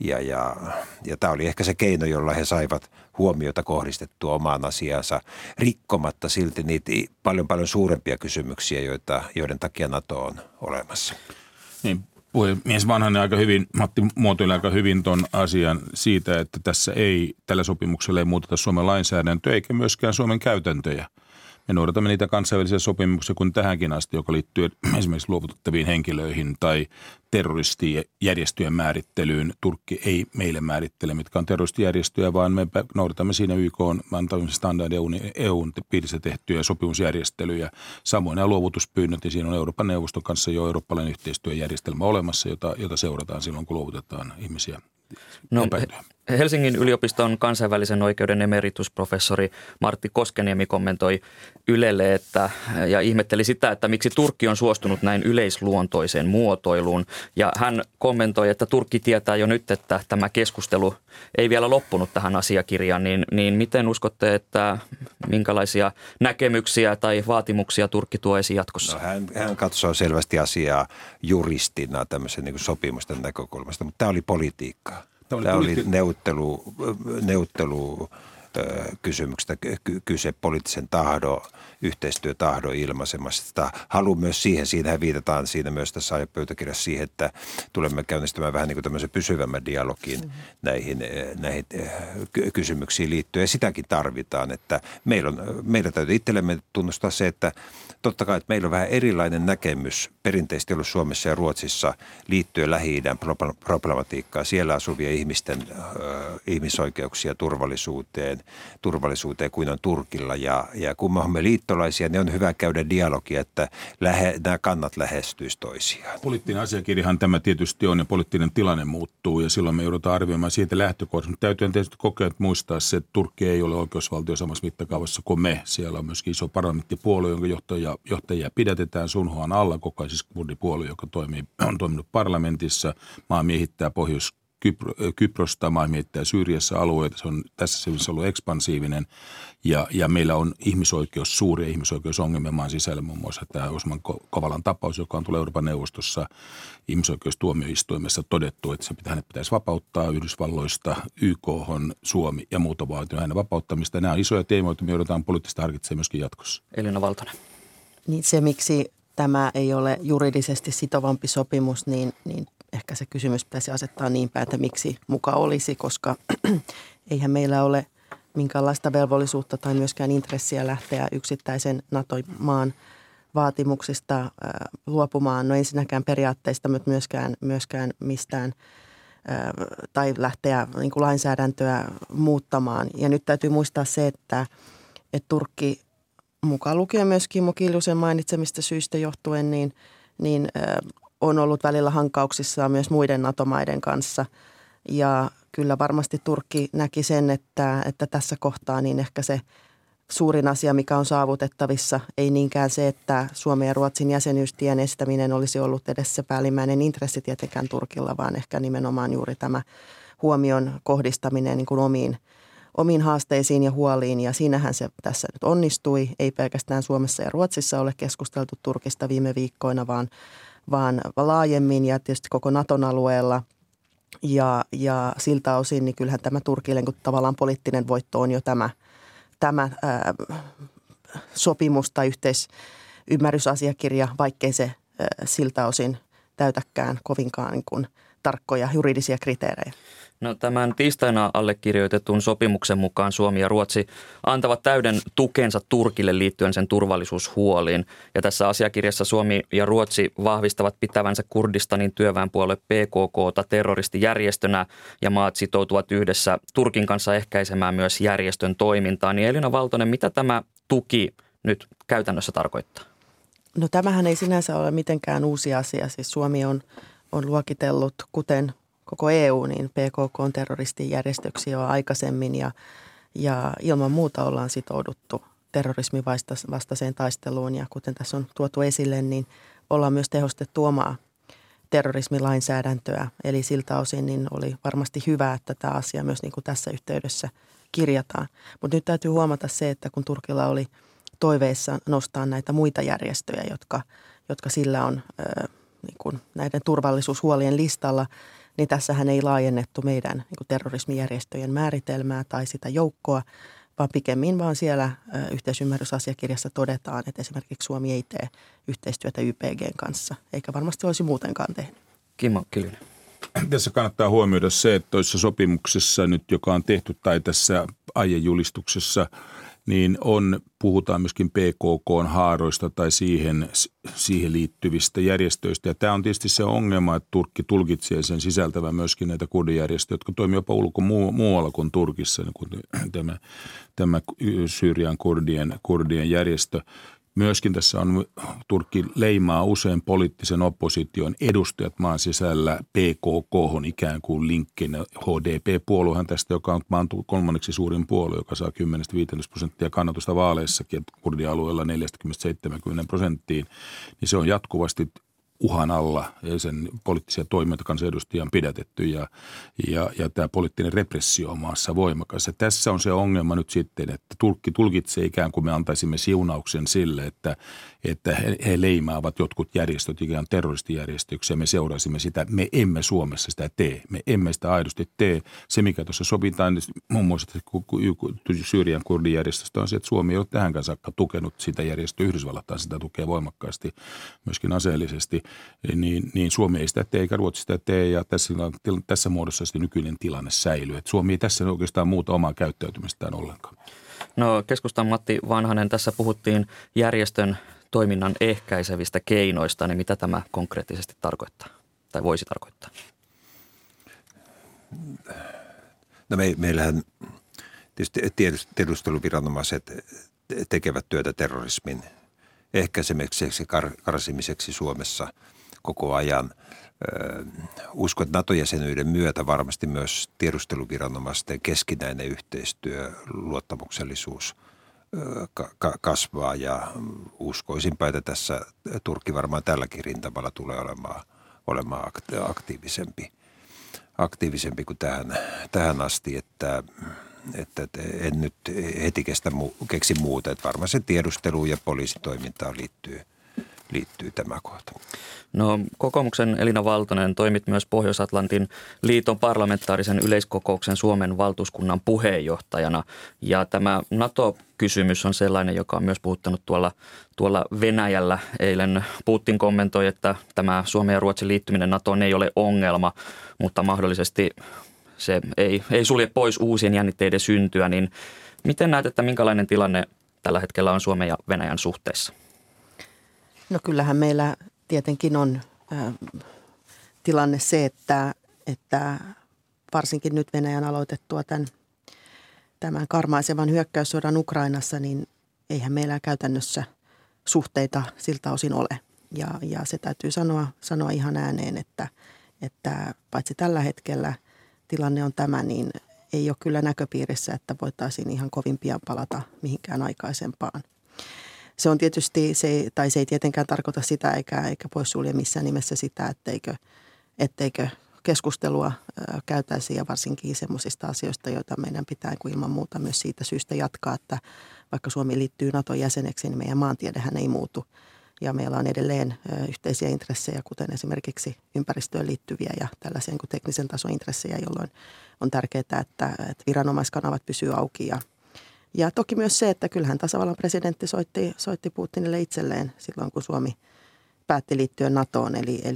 tämä oli ehkä se keino, jolla he saivat huomiota kohdistettua omaan asiansa rikkomatta silti niitä paljon suurempia kysymyksiä, joiden takia NATO on olemassa. Niin, puhemies Vanhanen Matti muotoili aika hyvin tuon asian siitä, että tällä sopimuksella ei muuteta Suomen lainsäädäntöä eikä myöskään Suomen käytäntöjä. Me noudatamme niitä kansainvälisiä sopimuksia kuin tähänkin asti, joka liittyy esimerkiksi luovutettaviin henkilöihin tai terroristijärjestöjen määrittelyyn. Turkki ei meille määrittele, mitkä on terroristijärjestöjä, vaan me noudatamme siinä YK:n antamisen standardin EUn piirissä tehtyjä sopimusjärjestelyjä. Samoin nämä luovutuspyynnöt, ja siinä on Euroopan neuvoston kanssa jo eurooppalainen yhteistyöjärjestelmä olemassa, jota seurataan silloin, kun luovutetaan ihmisiä. No, Helsingin yliopiston kansainvälisen oikeuden emeritusprofessori Martti Koskeniemi kommentoi Ylelle ja ihmetteli sitä, että miksi Turkki on suostunut näin yleisluontoiseen muotoiluun. Ja hän kommentoi, että Turkki tietää jo nyt, että tämä keskustelu ei vielä loppunut tähän asiakirjaan. Niin miten uskotte, että minkälaisia näkemyksiä tai vaatimuksia Turkki tuo esiin jatkossa? No, hän katsoo selvästi asiaa juristina tämmöisen niin kuin sopimusten näkökulmasta, mutta tämä oli politiikkaa. Tämä oli neuvottelukysymyksestä kyse poliittisen yhteistyötahdon ilmaisemasta. Haluan myös siinä viitataan siinä myös tässä pöytäkirjassa siihen, että tulemme käynnistämään vähän niin kuin tämmöisen pysyvämmän dialogin näihin kysymyksiin liittyen. Ja sitäkin tarvitaan, että meillä täytyy itsellemme tunnustaa se, että totta kai, että meillä on vähän erilainen näkemys perinteisesti ollut Suomessa ja Ruotsissa liittyen Lähi-idän problematiikkaan. Siellä asuvia ihmisten ihmisoikeuksia turvallisuuteen kuin on Turkilla. Ja kun me olemme liittolaisia, niin on hyvä käydä dialogia, että nämä kannat lähestyisi toisiaan. Poliittinen asiakirjahan tämä tietysti on ja poliittinen tilanne muuttuu ja silloin me joudutaan arvioimaan siitä lähtökohdasta. Mutta täytyy tietysti kokea muistaa se, että Turkki ei ole oikeusvaltio samassa mittakaavassa kuin me. Siellä on myöskin iso parlamenttipuolue, jonka johtajia pidätetään Sunhuan alla, kokonaisessa kurdipuolue, joka on toiminut parlamentissa. Maa miehittää Kyprosta, maa miettää Syyriassa alueita, se on tässä selvessä ollut ekspansiivinen ja meillä on suuria ihmisoikeusongelmia maan sisällä, muun muassa tämä Osman Kavalan tapaus, joka on tullut Euroopan neuvostossa ihmisoikeustuomioistuimessa todettu, että hänet pitäisi vapauttaa Yhdysvalloista, YK:hon, Suomi ja muut on vaatinut hänen vapauttamista. Nämä on isoja teemoita, me joudutaan poliittista harkitsemaan myöskin jatkossa. Elina Valtonen. Niin se, miksi tämä ei ole juridisesti sitovampi sopimus, niin ehkä se kysymys pitäisi asettaa niin päin, että miksi muka olisi, koska eihän meillä ole minkäänlaista velvollisuutta tai myöskään intressiä lähteä yksittäisen NATO-maan vaatimuksista luopumaan. No ensinnäkään periaatteista, mutta myöskään mistään tai lähteä niin kuin lainsäädäntöä muuttamaan. Ja nyt täytyy muistaa se, että Turkki mukaan lukien myös Kimmo Kiljusen mainitsemista syistä johtuen, niin on ollut välillä hankauksissa myös muiden NATO-maiden kanssa. Ja kyllä varmasti Turkki näki sen, että tässä kohtaa niin ehkä se suurin asia, mikä on saavutettavissa, ei niinkään se, että Suomen ja Ruotsin jäsenyystien estäminen olisi ollut edes se päällimmäinen intressi tietenkään Turkilla, vaan ehkä nimenomaan juuri tämä huomion kohdistaminen niin kuin omiin haasteisiin ja huoliin. Ja siinähän se tässä nyt onnistui. Ei pelkästään Suomessa ja Ruotsissa ole keskusteltu Turkista viime viikkoina, vaan laajemmin ja tietysti koko Naton alueella. Ja siltä osin, niin kyllähän tämä Turkille niin tavallaan poliittinen voitto on jo tämä sopimus tai yhteisymmärrysasiakirja, vaikkei se siltä osin täytäkään kovinkaan niin kuin tarkkoja juridisia kriteerejä. No, tämän tiistaina allekirjoitetun sopimuksen mukaan Suomi ja Ruotsi antavat täyden tukensa Turkille liittyen sen turvallisuushuoliin. Ja tässä asiakirjassa Suomi ja Ruotsi vahvistavat pitävänsä Kurdistanin työväenpuolue PKK:ta terroristijärjestönä ja maat sitoutuvat yhdessä Turkin kanssa ehkäisemään myös järjestön toimintaa. Niin Elina Valtonen, mitä tämä tuki nyt käytännössä tarkoittaa? No tämähän ei sinänsä ole mitenkään uusi asia. Siis Suomi on luokitellut, kuten koko EU, niin PKK on terroristijärjestöksi jo aikaisemmin ja ilman muuta ollaan sitouduttu terrorismin vastaiseen taisteluun. Ja kuten tässä on tuotu esille, niin ollaan myös tehostettu omaa terrorismilainsäädäntöä. Eli siltä osin niin oli varmasti hyvä, että tämä asia myös niin kuin tässä yhteydessä kirjataan. Mutta nyt täytyy huomata se, että kun Turkilla oli toiveissa nostaa näitä muita järjestöjä, jotka sillä on niin kuin näiden turvallisuushuolien listalla, niin tässähän ei laajennettu meidän niin kuin terrorismijärjestöjen määritelmää tai sitä joukkoa, vaan pikemmin vaan siellä yhteisymmärrysasiakirjassa todetaan, että esimerkiksi Suomi ei tee yhteistyötä YPGn kanssa, eikä varmasti olisi muutenkaan tehnyt. Kimmo Kiljunen. Tässä kannattaa huomioida se, että tuossa sopimuksessa nyt, joka on tehty tai tässä aiejulistuksessa, niin puhutaan myöskin PKK:n haaroista tai siihen liittyvistä järjestöistä. Ja tämä on tietysti se ongelma, että Turkki tulkitsee sen sisältävän myöskin näitä kurdijärjestöjä, jotka toimii jopa muualla kuin Turkissa, niin kuin tämä Syyrian kurdien järjestö. Myöskin tässä on Turkki leimaa usein poliittisen opposition edustajat maan sisällä PKK:hon ikään kuin linkkinä. HDP-puoluehan tästä, joka on maan kolmanneksi suurin puolue, joka saa 10-15% kannatusta vaaleissakin, kurdialueella 40-70%, niin se on jatkuvasti uhan alla ja sen poliittisia toimijoita kansanedustajia on pidätetty ja tämä poliittinen repressio on maassa voimakas. Ja tässä on se ongelma nyt sitten, että Turkki tulkitsee ikään kuin me antaisimme siunauksen sille, että he leimaavat jotkut järjestöt ikään terroristijärjestöksi ja me seuraisimme sitä. Me emme Suomessa sitä tee. Me emme sitä aidosti tee. Se, mikä tuossa sovitaan, muun muassa Syyrian kurdijärjestöstä on se, että Suomi ei ole tähänkään saakka tukenut sitä järjestöä. Yhdysvallattaan sitä tukee voimakkaasti myöskin aseellisesti. Niin Suomi ei sitä tee eikä Ruotsi sitä tee ja tässä muodossa sitten nykyinen tilanne säilyy. Et Suomi ei tässä oikeastaan muuta omaa käyttäytymistään ollenkaan. No, keskustan Matti Vanhanen, tässä puhuttiin järjestön toiminnan ehkäisevistä keinoista, niin mitä tämä konkreettisesti tarkoittaa tai voisi tarkoittaa? No meillähän tietysti tiedusteluviranomaiset tekevät työtä terrorismin ehkäisemiseksi, karsimiseksi Suomessa koko ajan. Uskon, että NATO-jäsenyyden myötä varmasti myös tiedusteluviranomaisten keskinäinen yhteistyö, luottamuksellisuus kasvaa ja uskoisinpä, että tässä Turkki varmaan tälläkin rintamalla tulee olemaan aktiivisempi. aktiivisempi kuin tähän asti, että en nyt heti keksi muuta. Että varmaan se tiedustelu- ja poliisitoimintaan liittyy tämä kohta. No, kokoomuksen Elina Valtonen, toimit myös Pohjois-Atlantin liiton parlamentaarisen yleiskokouksen Suomen valtuuskunnan puheenjohtajana. Ja tämä NATO-kysymys on sellainen, joka on myös puhuttanut tuolla Venäjällä. Eilen Putin kommentoi, että tämä Suomen ja Ruotsin liittyminen NATOon ei ole ongelma, mutta mahdollisesti se ei sulje pois uusien jännitteiden syntyä. Niin miten näet, että minkälainen tilanne tällä hetkellä on Suomen ja Venäjän suhteessa? No kyllähän meillä tietenkin on tilanne se, että varsinkin nyt Venäjän aloitettua tämän karmaisevan hyökkäyssodan Ukrainassa, niin eihän meillä käytännössä suhteita siltä osin ole. Ja se täytyy sanoa ihan ääneen, että paitsi tällä hetkellä tilanne on tämä, niin ei ole kyllä näköpiirissä, että voitaisiin ihan kovin pian palata mihinkään aikaisempaan. Se on tietysti, se ei tietenkään tarkoita sitä eikä poissulje missään nimessä sitä, etteikö keskustelua käytäisi ja varsinkin semmoisista asioista, joita meidän pitää ilman muuta myös siitä syystä jatkaa, että vaikka Suomi liittyy NATOn jäseneksi, niin meidän maantiedehän ei muutu. Ja meillä on edelleen yhteisiä intressejä, kuten esimerkiksi ympäristöön liittyviä ja tällaisia niin kuin teknisen tason intressejä, jolloin on tärkeää, että viranomaiskanavat pysyy auki. Ja toki myös se, että kyllähän tasavallan presidentti soitti Putinille itselleen silloin, kun Suomi päätti liittyä NATOon.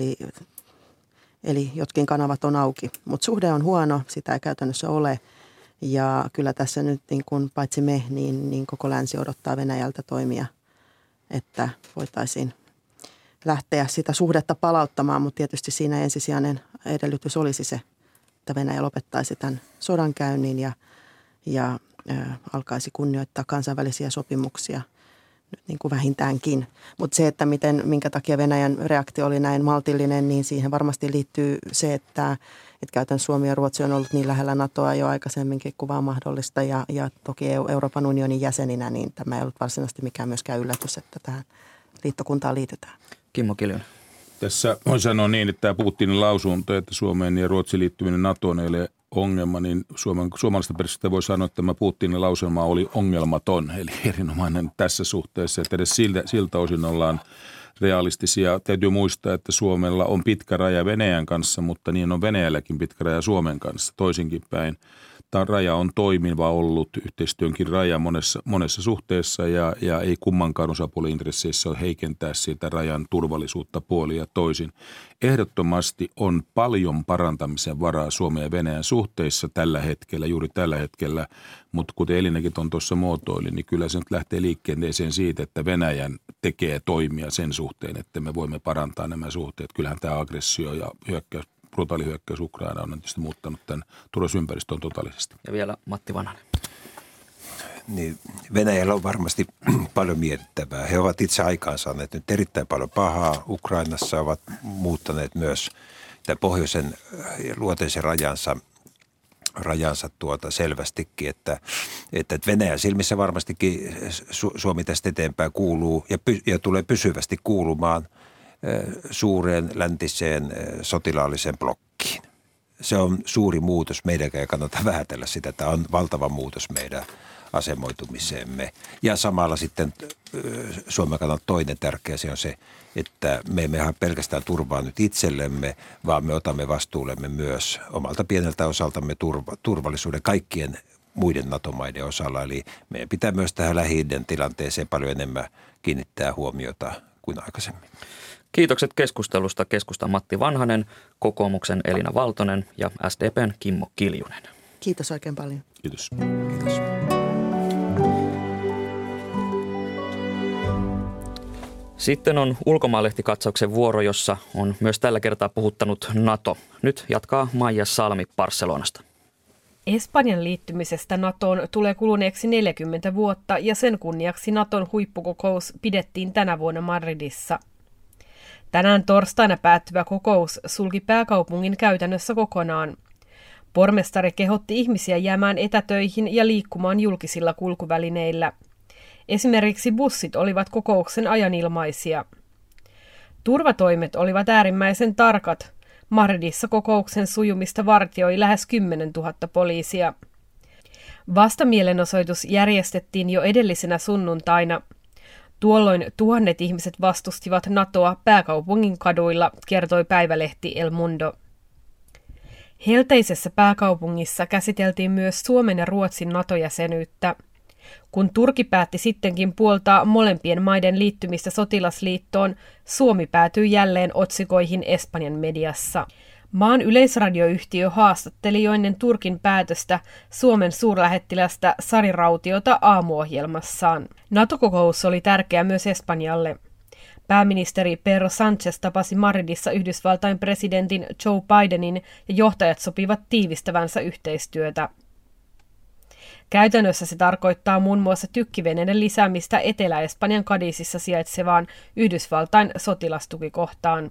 Eli jotkin kanavat on auki, mutta suhde on huono, sitä ei käytännössä ole. Ja kyllä tässä nyt niin kuin paitsi me, niin koko länsi odottaa Venäjältä toimia, että voitaisiin lähteä sitä suhdetta palauttamaan, mutta tietysti siinä ensisijainen edellytys olisi se, että Venäjä lopettaisi tämän sodankäynnin ja alkaisi kunnioittaa kansainvälisiä sopimuksia nyt niin kuin vähintäänkin. Mutta se, että minkä takia Venäjän reaktio oli näin maltillinen, niin siihen varmasti liittyy se, että käytännössä Suomi ja Ruotsi on ollut niin lähellä NATOa jo aikaisemminkin kuin vaan mahdollista. Ja toki Euroopan unionin jäseninä, niin tämä ei ollut varsinaisesti mikään myöskään yllätys, että tähän liittokuntaan liitytään. Kimmo Kiljunen. Tässä voi sanoa niin, että tämä Putinin lausunto, että Suomen ja Ruotsin liittyminen NATOon ei ole ongelma, niin suomalaisesta perspektiivistä voi sanoa, että tämä Putinin lauselma oli ongelmaton, eli erinomainen tässä suhteessa, että edes siltä osin ollaan realistisia. Täytyy muistaa, että Suomella on pitkä raja Venäjän kanssa, mutta niin on Venäjälläkin pitkä raja Suomen kanssa, toisinkin päin. Tämä raja on toimiva ollut, yhteistyönkin raja monessa suhteessa ja ei kummankaan osapuolen intresseissä ole heikentää siitä rajan turvallisuutta puolin ja toisin. Ehdottomasti on paljon parantamisen varaa Suomen ja Venäjän suhteissa juuri tällä hetkellä, mutta kuten Elinakin on tuossa muotoili, niin kyllä se nyt lähtee liikkeeseen siitä, että Venäjän tekee toimia sen suhteen, että me voimme parantaa nämä suhteet. Kyllähän tämä aggressio ja brutaali hyökkäys Ukraina on tietysti muuttanut tämän turvallisuusympäristön totaalisesti. Ja vielä Matti Vanhanen. Niin, Venäjällä on varmasti paljon mietittävää. He ovat itse aikaansaaneet nyt erittäin paljon pahaa. Ukrainassa ovat muuttaneet myös tämän pohjoisen luoteisen rajansa selvästikin, että Venäjän silmissä varmastikin Suomi tästä eteenpäin kuuluu ja tulee pysyvästi kuulumaan suureen läntiseen sotilaalliseen blokkiin. Se on suuri muutos. Meidänkään ei kannata vähätellä sitä. Tämä on valtava muutos meidän asemoitumiseemme. Ja samalla sitten Suomen kannalta toinen tärkeä se on se, että me emme hae pelkästään turvaa nyt itsellemme, vaan me otamme vastuullemme myös omalta pieneltä osaltamme turvallisuuden kaikkien muiden NATO-maiden osalla. Eli meidän pitää myös tähän Lähi-idän tilanteeseen paljon enemmän kiinnittää huomiota kuin aikaisemmin. Kiitokset keskustelusta. Keskustan Matti Vanhanen, kokoomuksen Elina Valtonen ja SDP:n Kimmo Kiljunen. Kiitos oikein paljon. Kiitos. Kiitos. Sitten on ulkomaanlehtikatsauksen vuoro, jossa on myös tällä kertaa puhuttanut NATO. Nyt jatkaa Maija Salmi Barcelonasta. Espanjan liittymisestä NATOon tulee kuluneeksi 40 vuotta ja sen kunniaksi NATOn huippukokous pidettiin tänä vuonna Madridissa. Tänään torstaina päättyvä kokous sulki pääkaupungin käytännössä kokonaan. Pormestari kehotti ihmisiä jäämään etätöihin ja liikkumaan julkisilla kulkuvälineillä. Esimerkiksi bussit olivat kokouksen ajanilmaisia. Turvatoimet olivat äärimmäisen tarkat. Madridissa kokouksen sujumista vartioi lähes 10 000 poliisia. Vastamielenosoitus järjestettiin jo edellisenä sunnuntaina. Tuolloin tuhannet ihmiset vastustivat NATOa pääkaupungin kaduilla, kertoi päivälehti El Mundo. Helteisessä pääkaupungissa käsiteltiin myös Suomen ja Ruotsin NATO-jäsenyyttä. Kun Turkki päätti sittenkin puoltaa molempien maiden liittymistä sotilasliittoon, Suomi päätyi jälleen otsikoihin Espanjan mediassa. Maan yleisradioyhtiö haastatteli jo ennen Turkin päätöstä Suomen suurlähettilästä Sari Rautiota aamuohjelmassaan. NATO-kokous oli tärkeä myös Espanjalle. Pääministeri Pedro Sánchez tapasi Madridissa Yhdysvaltain presidentin Joe Bidenin ja johtajat sopivat tiivistävänsä yhteistyötä. Käytännössä se tarkoittaa muun muassa tykkiveneiden lisäämistä Etelä-Espanjan Cadizissa sijaitsevaan Yhdysvaltain sotilastukikohtaan.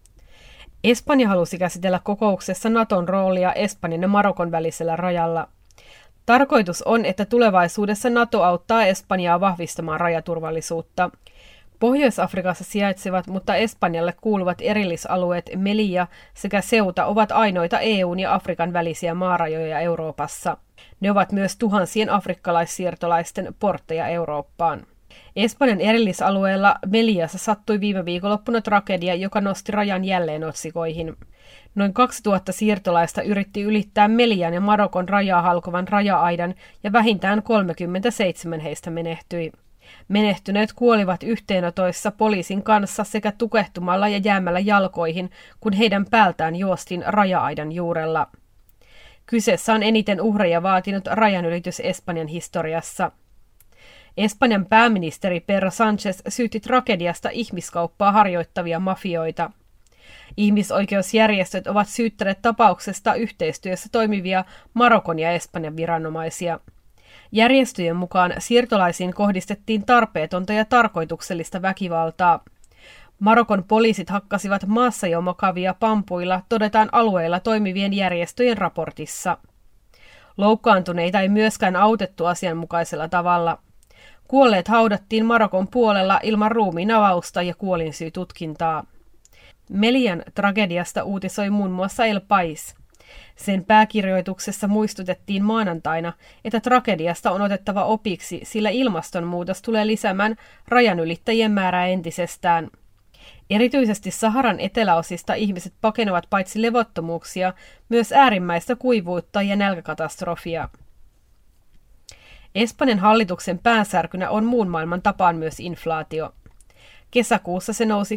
Espanja halusi käsitellä kokouksessa NATOn roolia Espanjan ja Marokon välisellä rajalla. Tarkoitus on, että tulevaisuudessa NATO auttaa Espanjaa vahvistamaan rajaturvallisuutta. Pohjois-Afrikassa sijaitsevat, mutta Espanjalle kuuluvat erillisalueet Melilla sekä Ceuta ovat ainoita EUn ja Afrikan välisiä maarajoja Euroopassa. Ne ovat myös tuhansien afrikkalaissiirtolaisten portteja Eurooppaan. Espanjan erillisalueella Melillassa sattui viime viikonloppuna tragedia, joka nosti rajan jälleen otsikoihin. Noin 2000 siirtolaista yritti ylittää Melillan ja Marokon rajaa halkovan raja-aidan ja vähintään 37 heistä menehtyi. Menehtyneet kuolivat yhteenotoissa poliisin kanssa sekä tukehtumalla ja jäämällä jalkoihin, kun heidän päältään juostiin raja-aidan juurella. Kyseessä on eniten uhreja vaatinut rajanylitys Espanjan historiassa. Espanjan pääministeri Pedro Sánchez syytti tragediasta ihmiskauppaa harjoittavia mafioita. Ihmisoikeusjärjestöt ovat syyttäneet tapauksesta yhteistyössä toimivia Marokon ja Espanjan viranomaisia. Järjestöjen mukaan siirtolaisiin kohdistettiin tarpeetonta ja tarkoituksellista väkivaltaa. Marokon poliisit hakkasivat maassa jo makavia pampuilla, todetaan alueilla toimivien järjestöjen raportissa. Loukkaantuneita ei myöskään autettu asianmukaisella tavalla. Kuolleet haudattiin Marokon puolella ilman ruumiin avausta ja kuolinsyytutkintaa. Melillan tragediasta uutisoi muun muassa El País. Sen pääkirjoituksessa muistutettiin maanantaina, että tragediasta on otettava opiksi, sillä ilmastonmuutos tulee lisäämään rajanylittäjien määrää entisestään. Erityisesti Saharan eteläosista ihmiset pakenevat paitsi levottomuuksia, myös äärimmäistä kuivuutta ja nälkäkatastrofia. Espanjan hallituksen päänsärkynä on muun maailman tapaan myös inflaatio. Kesäkuussa se nousi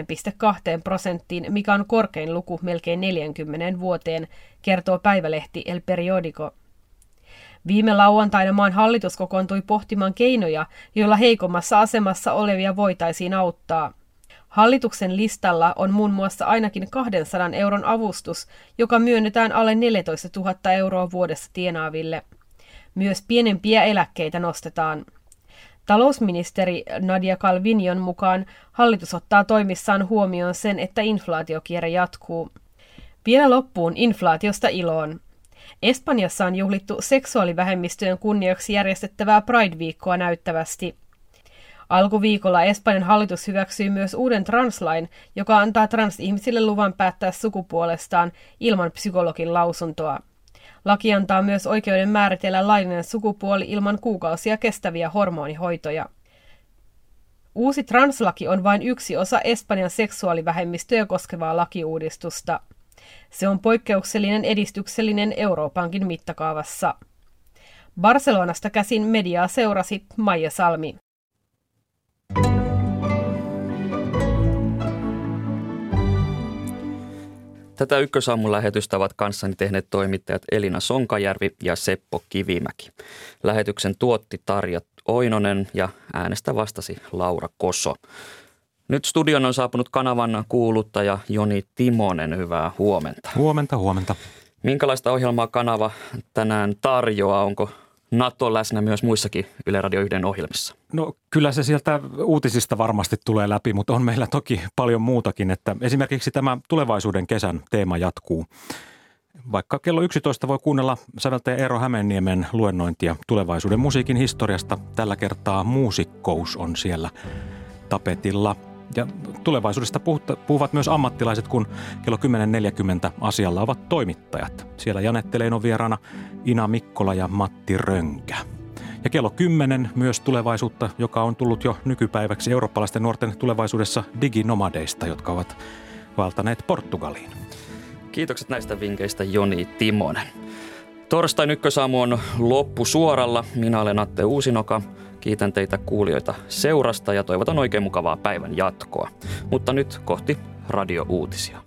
10,2%, mikä on korkein luku melkein 40 vuoteen, kertoo päivälehti El Periódico. Viime lauantaina maan hallitus kokoontui pohtimaan keinoja, joilla heikommassa asemassa olevia voitaisiin auttaa. Hallituksen listalla on muun muassa ainakin 200 euron avustus, joka myönnetään alle 14 000 euroa vuodessa tienaaville. Myös pienempiä eläkkeitä nostetaan. Talousministeri Nadia Calviñon mukaan hallitus ottaa toimissaan huomioon sen, että inflaatiokierre jatkuu. Vielä loppuun inflaatiosta iloon. Espanjassa on juhlittu seksuaalivähemmistöjen kunniaksi järjestettävää Pride-viikkoa näyttävästi. Alkuviikolla Espanjan hallitus hyväksyi myös uuden translain, joka antaa transihmisille luvan päättää sukupuolestaan ilman psykologin lausuntoa. Laki antaa myös oikeuden määritellä laillinen sukupuoli ilman kuukausia kestäviä hormonihoitoja. Uusi translaki on vain yksi osa Espanjan seksuaalivähemmistöjä koskevaa lakiuudistusta. Se on poikkeuksellinen edistyksellinen Euroopankin mittakaavassa. Barcelonasta käsin mediaa seurasi Maija Salmi. Tätä Ykkösaamun lähetystä ovat kanssani tehneet toimittajat Elina Sonkajärvi ja Seppo Kivimäki. Lähetyksen tuotti Tarja Oinonen ja äänestä vastasi Laura Koso. Nyt studion on saapunut kanavan kuuluttaja Joni Timonen. Hyvää huomenta. Huomenta. Minkälaista ohjelmaa kanava tänään tarjoaa? Onko NATO läsnä myös muissakin Yle Radio 1 ohjelmissa? No kyllä se sieltä uutisista varmasti tulee läpi, mutta on meillä toki paljon muutakin, että esimerkiksi tämä tulevaisuuden kesän teema jatkuu. Vaikka kello 11 voi kuunnella säveltäjä Eero Hämeenniemen luennointia tulevaisuuden musiikin historiasta. Tällä kertaa muusikkous on siellä tapetilla. Ja tulevaisuudesta puhuvat myös ammattilaiset, kun kello 10.40 asialla ovat toimittajat. Siellä Janette Leinon vieraana Ina Mikkola ja Matti Rönkä. Ja kello 10 myös tulevaisuutta, joka on tullut jo nykypäiväksi eurooppalaisten nuorten tulevaisuudessa diginomadeista, jotka ovat valtaneet Portugaliin. Kiitokset näistä vinkkeistä Joni Timonen. Torstain ykkösaamu on loppusuoralla. Minä olen Atte Uusinoka. Kiitän teitä kuulijoita seurasta ja toivotan oikein mukavaa päivän jatkoa. Mutta nyt kohti radiouutisia.